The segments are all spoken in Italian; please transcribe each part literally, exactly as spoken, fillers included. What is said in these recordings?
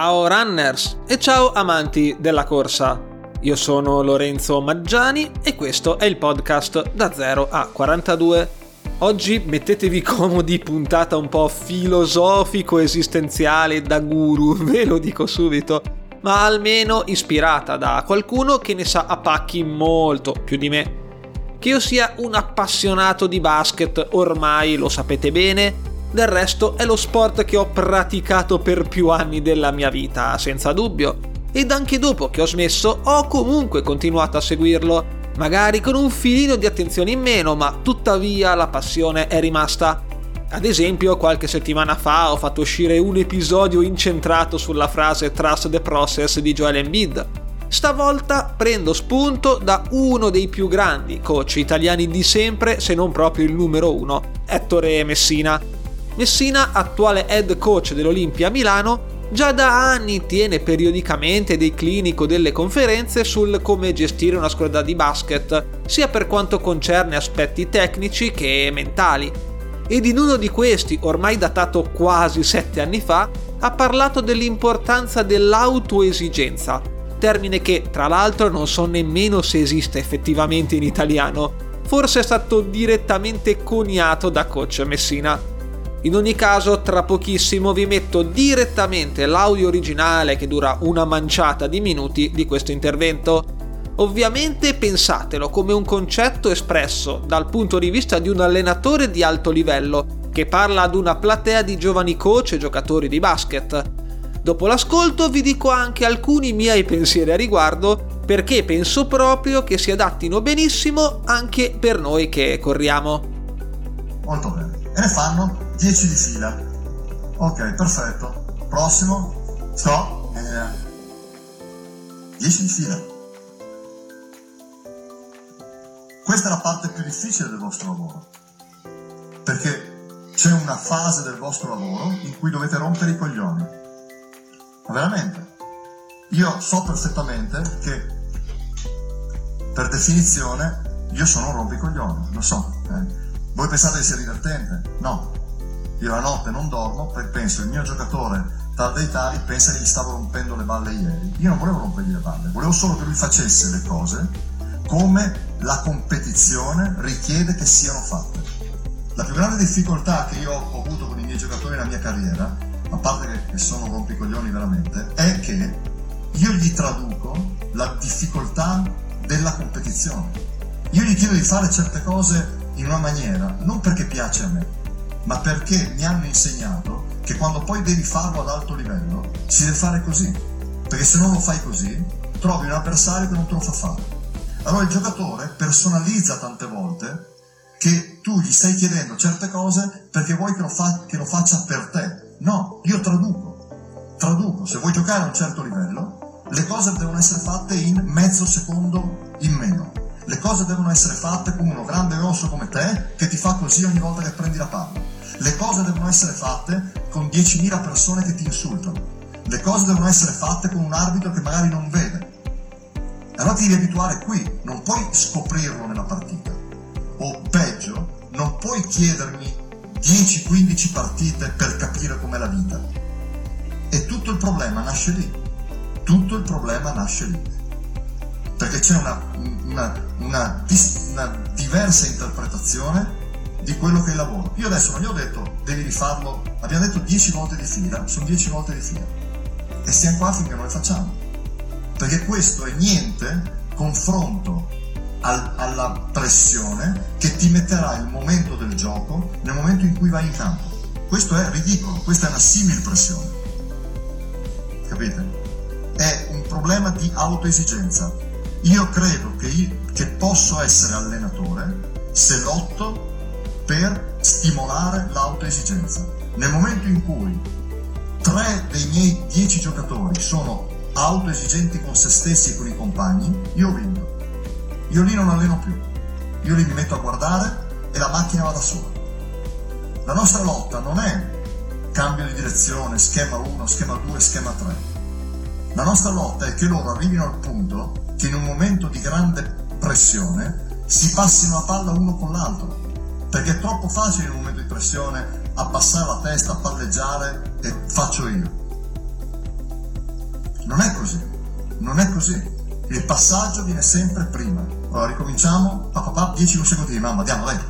Ciao runners e ciao amanti della corsa. Io sono Lorenzo Maggiani e questo è il podcast da zero a quarantadue. Oggi mettetevi comodi, puntata un po' filosofico-esistenziale da guru, ve lo dico subito, ma almeno ispirata da qualcuno che ne sa a pacchi molto più di me. Che io sia un appassionato di basket ormai lo sapete bene. Del resto è lo sport che ho praticato per più anni della mia vita, senza dubbio. Ed anche dopo che ho smesso, ho comunque continuato a seguirlo, magari con un filino di attenzione in meno, ma tuttavia la passione è rimasta. Ad esempio, qualche settimana fa ho fatto uscire un episodio incentrato sulla frase "Trust the process" di Joel Embiid. Stavolta prendo spunto da uno dei più grandi coach italiani di sempre, se non proprio il numero uno, Ettore Messina. Messina, attuale head coach dell'Olimpia Milano, già da anni tiene periodicamente dei clinic o delle conferenze sul come gestire una squadra di basket, sia per quanto concerne aspetti tecnici che mentali. Ed in uno di questi, ormai datato quasi sette anni fa, ha parlato dell'importanza dell'autoesigenza, termine che tra l'altro non so nemmeno se esiste effettivamente in italiano, forse è stato direttamente coniato da coach Messina. In ogni caso, tra pochissimo vi metto direttamente l'audio originale che dura una manciata di minuti di questo intervento. Ovviamente pensatelo come un concetto espresso dal punto di vista di un allenatore di alto livello che parla ad una platea di giovani coach e giocatori di basket. Dopo l'ascolto vi dico anche alcuni miei pensieri a riguardo, perché penso proprio che si adattino benissimo anche per noi che corriamo. Molto bene. E ne fanno dieci di fila. Ok, perfetto. Prossimo. Sto. Eh, dieci di fila. Questa è la parte più difficile del vostro lavoro. Perché c'è una fase del vostro lavoro in cui dovete rompere i coglioni. Ma veramente. Io so perfettamente che, per definizione, io sono un rompicoglioni. Lo so. Eh. Voi pensate che sia divertente? No. Io la notte non dormo perché penso il mio giocatore tal dei tali pensa che gli stavo rompendo le balle ieri. Io non volevo rompergli le balle, volevo solo che lui facesse le cose come la competizione richiede che siano fatte. La più grande difficoltà che io ho avuto con i miei giocatori nella mia carriera, a parte che sono rompicoglioni veramente, è che io gli traduco la difficoltà della competizione. Io gli chiedo di fare certe cose in una maniera, non perché piace a me, ma perché mi hanno insegnato che quando poi devi farlo ad alto livello si deve fare così, perché se non lo fai così trovi un avversario che non te lo fa fare. Allora il giocatore personalizza tante volte che tu gli stai chiedendo certe cose perché vuoi che lo, fa- che lo faccia per te. No, io traduco traduco, se vuoi giocare a un certo livello le cose devono essere fatte in mezzo secondo in meno. Le cose devono essere fatte con uno grande osso come te che ti fa così ogni volta che prendi la palla. Le cose devono essere fatte con diecimila persone che ti insultano. Le cose devono essere fatte con un arbitro che magari non vede. Allora ti devi abituare qui, non puoi scoprirlo nella partita. O peggio, non puoi chiedermi dieci quindici partite per capire com'è la vita. E tutto il problema nasce lì. Tutto il problema nasce lì. Perché c'è una, una, una, una diversa interpretazione di quello che è il lavoro. Io adesso non gli ho detto devi rifarlo, abbiamo detto dieci volte di fila, sono dieci volte di fila e stiamo qua finché non le facciamo, perché questo è niente confronto al, alla pressione che ti metterà il momento del gioco nel momento in cui vai in campo. Questo è ridicolo, questa è una simil pressione, capite? È un problema di autoesigenza. Io credo che, io, che posso essere allenatore se lotto per stimolare l'autoesigenza. Nel momento in cui tre dei miei dieci giocatori sono autoesigenti con se stessi e con i compagni, io ho vinto. Io lì non alleno più. Io lì mi metto a guardare e la macchina va da sola. La nostra lotta non è cambio di direzione, schema uno, schema due, schema tre. La nostra lotta è che loro arrivino al punto che in un momento di grande pressione si passino la palla uno con l'altro, perché è troppo facile in un momento di pressione abbassare la testa, palleggiare e faccio io. Non è così, non è così. Il passaggio viene sempre prima. Allora ricominciamo, papà, papà, dieci consecutivi, mamma, andiamo, dai.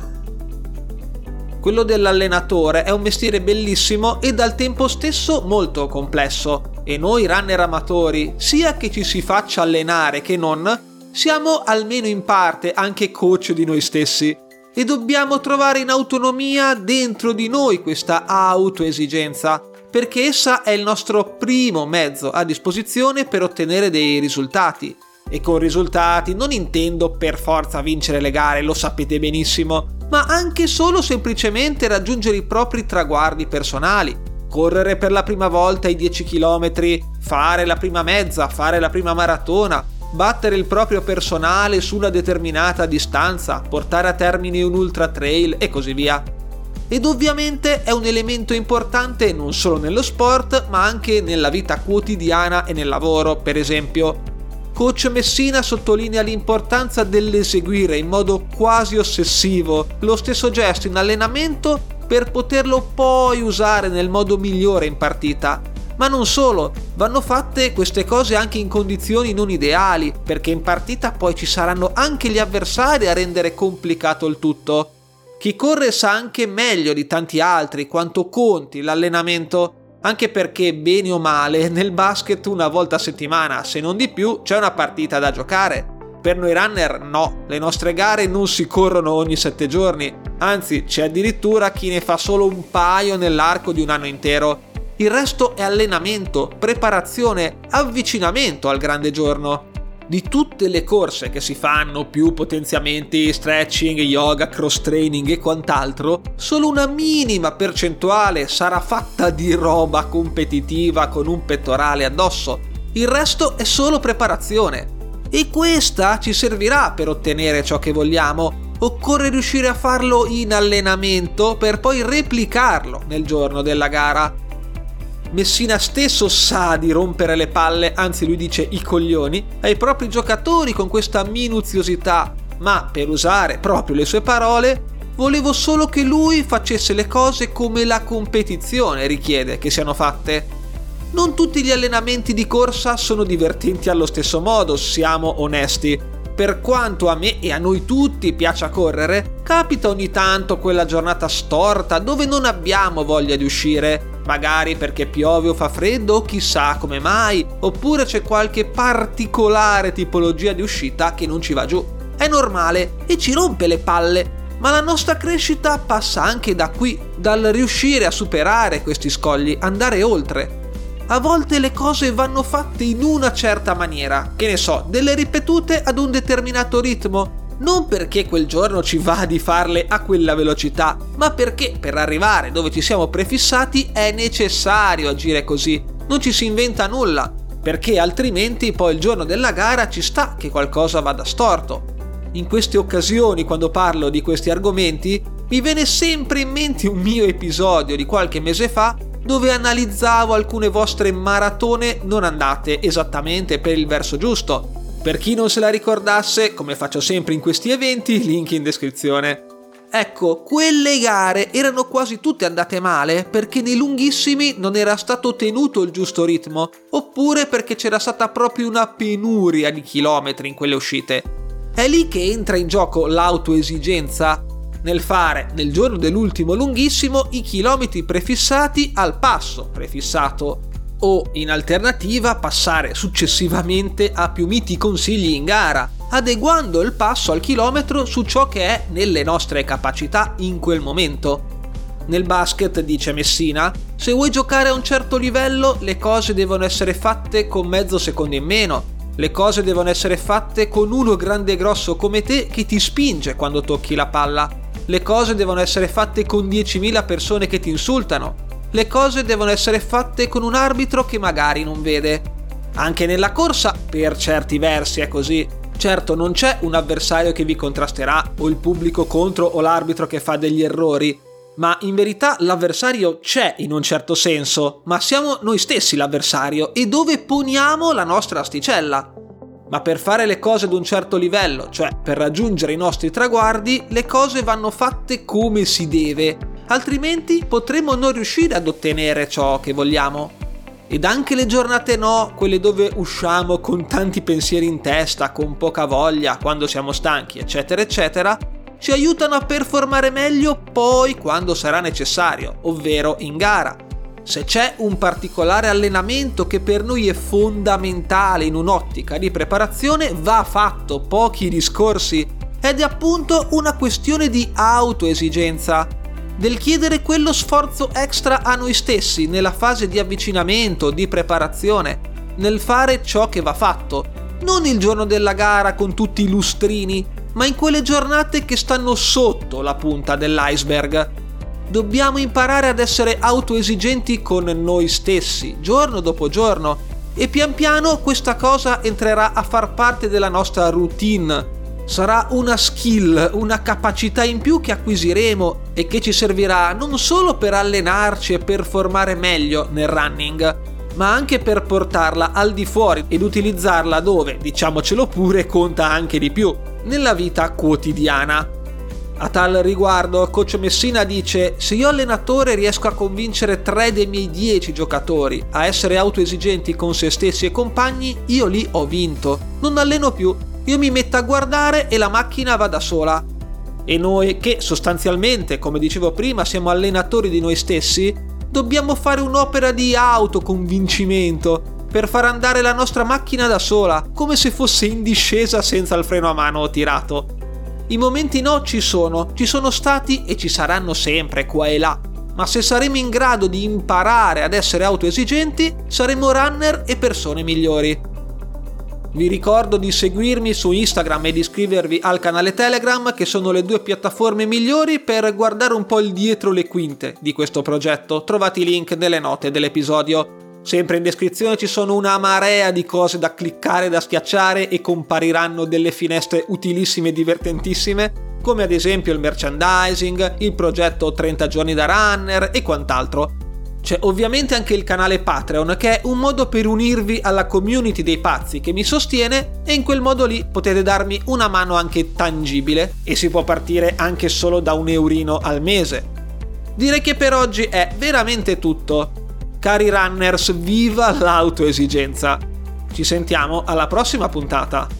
Quello dell'allenatore è un mestiere bellissimo ed al tempo stesso molto complesso, e noi runner amatori, sia che ci si faccia allenare che non, siamo almeno in parte anche coach di noi stessi e dobbiamo trovare in autonomia dentro di noi questa autoesigenza, perché essa è il nostro primo mezzo a disposizione per ottenere dei risultati. E con risultati non intendo per forza vincere le gare, lo sapete benissimo, ma anche solo semplicemente raggiungere i propri traguardi personali. Correre per la prima volta i dieci chilometri, fare la prima mezza, fare la prima maratona, battere il proprio personale su una determinata distanza, portare a termine un ultra trail e così via. Ed ovviamente è un elemento importante non solo nello sport, ma anche nella vita quotidiana e nel lavoro, per esempio. Coach Messina sottolinea l'importanza dell'eseguire in modo quasi ossessivo lo stesso gesto in allenamento per poterlo poi usare nel modo migliore in partita. Ma non solo, vanno fatte queste cose anche in condizioni non ideali, perché in partita poi ci saranno anche gli avversari a rendere complicato il tutto. Chi corre sa anche meglio di tanti altri quanto conti l'allenamento, anche perché bene o male nel basket una volta a settimana, se non di più, c'è una partita da giocare. Per noi runner no, le nostre gare non si corrono ogni sette giorni, anzi c'è addirittura chi ne fa solo un paio nell'arco di un anno intero. Il resto è allenamento, preparazione, avvicinamento al grande giorno. Di tutte le corse che si fanno, più potenziamenti, stretching, yoga, cross training e quant'altro, solo una minima percentuale sarà fatta di roba competitiva con un pettorale addosso. Il resto è solo preparazione. E questa ci servirà per ottenere ciò che vogliamo. Occorre riuscire a farlo in allenamento per poi replicarlo nel giorno della gara. Messina stesso sa di rompere le palle, anzi lui dice i coglioni, ai propri giocatori con questa minuziosità, ma per usare proprio le sue parole, volevo solo che lui facesse le cose come la competizione richiede che siano fatte. Non tutti gli allenamenti di corsa sono divertenti allo stesso modo, siamo onesti. Per quanto a me e a noi tutti piaccia correre, capita ogni tanto quella giornata storta dove non abbiamo voglia di uscire, magari perché piove o fa freddo o chissà come mai, oppure c'è qualche particolare tipologia di uscita che non ci va giù. È normale e ci rompe le palle, ma la nostra crescita passa anche da qui, dal riuscire a superare questi scogli, andare oltre. A volte le cose vanno fatte in una certa maniera, che ne so, delle ripetute ad un determinato ritmo, non perché quel giorno ci va di farle a quella velocità, ma perché per arrivare dove ci siamo prefissati è necessario agire così, non ci si inventa nulla, perché altrimenti poi il giorno della gara ci sta che qualcosa vada storto. In queste occasioni, quando parlo di questi argomenti, mi viene sempre in mente un mio episodio di qualche mese fa dove analizzavo alcune vostre maratone non andate esattamente per il verso giusto. Per chi non se la ricordasse, come faccio sempre in questi eventi, link in descrizione. Ecco, quelle gare erano quasi tutte andate male perché nei lunghissimi non era stato tenuto il giusto ritmo, oppure perché c'era stata proprio una penuria di chilometri in quelle uscite. È lì che entra in gioco l'autoesigenza, nel fare nel giorno dell'ultimo lunghissimo i chilometri prefissati al passo prefissato, o in alternativa passare successivamente a più miti consigli in gara, adeguando il passo al chilometro su ciò che è nelle nostre capacità in quel momento. Nel basket, dice Messina, se vuoi giocare a un certo livello le cose devono essere fatte con mezzo secondo in meno, le cose devono essere fatte con uno grande e grosso come te che ti spinge quando tocchi la palla, le cose devono essere fatte con diecimila persone che ti insultano, le cose devono essere fatte con un arbitro che magari non vede. Anche nella corsa, per certi versi è così. Certo, non c'è un avversario che vi contrasterà, o il pubblico contro, o l'arbitro che fa degli errori, ma in verità l'avversario c'è in un certo senso, ma siamo noi stessi l'avversario e dove poniamo la nostra asticella. Ma per fare le cose ad un certo livello, cioè per raggiungere i nostri traguardi, le cose vanno fatte come si deve, altrimenti potremo non riuscire ad ottenere ciò che vogliamo. Ed anche le giornate no, quelle dove usciamo con tanti pensieri in testa, con poca voglia, quando siamo stanchi, eccetera, eccetera, ci aiutano a performare meglio poi quando sarà necessario, ovvero in gara. Se c'è un particolare allenamento che per noi è fondamentale in un'ottica di preparazione, va fatto, pochi discorsi, ed è appunto una questione di autoesigenza, del chiedere quello sforzo extra a noi stessi nella fase di avvicinamento, di preparazione, nel fare ciò che va fatto, non il giorno della gara con tutti i lustrini, ma in quelle giornate che stanno sotto la punta dell'iceberg. Dobbiamo imparare ad essere autoesigenti con noi stessi, giorno dopo giorno, e pian piano questa cosa entrerà a far parte della nostra routine. Sarà una skill, una capacità in più che acquisiremo e che ci servirà non solo per allenarci e performare meglio nel running, ma anche per portarla al di fuori ed utilizzarla dove, diciamocelo pure, conta anche di più, nella vita quotidiana. A tal riguardo, coach Messina dice: se io allenatore riesco a convincere tre dei miei dieci giocatori a essere autoesigenti con se stessi e compagni, io lì ho vinto, non alleno più. Io mi metto a guardare e la macchina va da sola. E noi, che sostanzialmente, come dicevo prima, siamo allenatori di noi stessi, dobbiamo fare un'opera di autoconvincimento per far andare la nostra macchina da sola, come se fosse in discesa senza il freno a mano tirato. I momenti no ci sono, ci sono stati e ci saranno sempre qua e là, ma se saremo in grado di imparare ad essere autoesigenti, saremo runner e persone migliori. Vi ricordo di seguirmi su Instagram e di iscrivervi al canale Telegram, che sono le due piattaforme migliori per guardare un po' il dietro le quinte di questo progetto. Trovate i link nelle note dell'episodio. Sempre in descrizione ci sono una marea di cose da cliccare, da schiacciare, e compariranno delle finestre utilissime e divertentissime, come ad esempio il merchandising, il progetto trenta giorni da runner e quant'altro. C'è ovviamente anche il canale Patreon, che è un modo per unirvi alla community dei pazzi che mi sostiene, e in quel modo lì potete darmi una mano anche tangibile, e si può partire anche solo da un eurino al mese. Direi che per oggi è veramente tutto. Cari runners, viva l'autoesigenza! Ci sentiamo alla prossima puntata.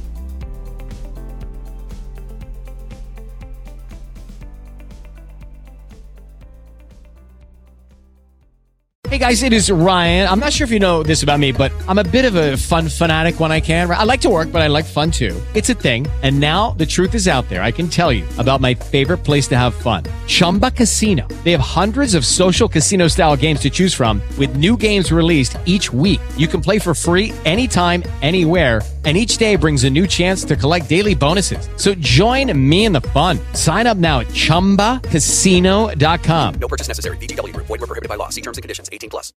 Hey guys, it is Ryan. I'm not sure if you know this about me, but I'm a bit of a fun fanatic when I can. I like to work, but I like fun too. It's a thing. And now the truth is out there. I can tell you about my favorite place to have fun. Chumba Casino. They have hundreds of social casino style games to choose from, with new games released each week. You can play for free anytime, anywhere. And each day brings a new chance to collect daily bonuses. So join me in the fun. Sign up now at chumba casino dot com. No purchase necessary. V G W Group. Void where prohibited by law. See terms and conditions. eighteen plus.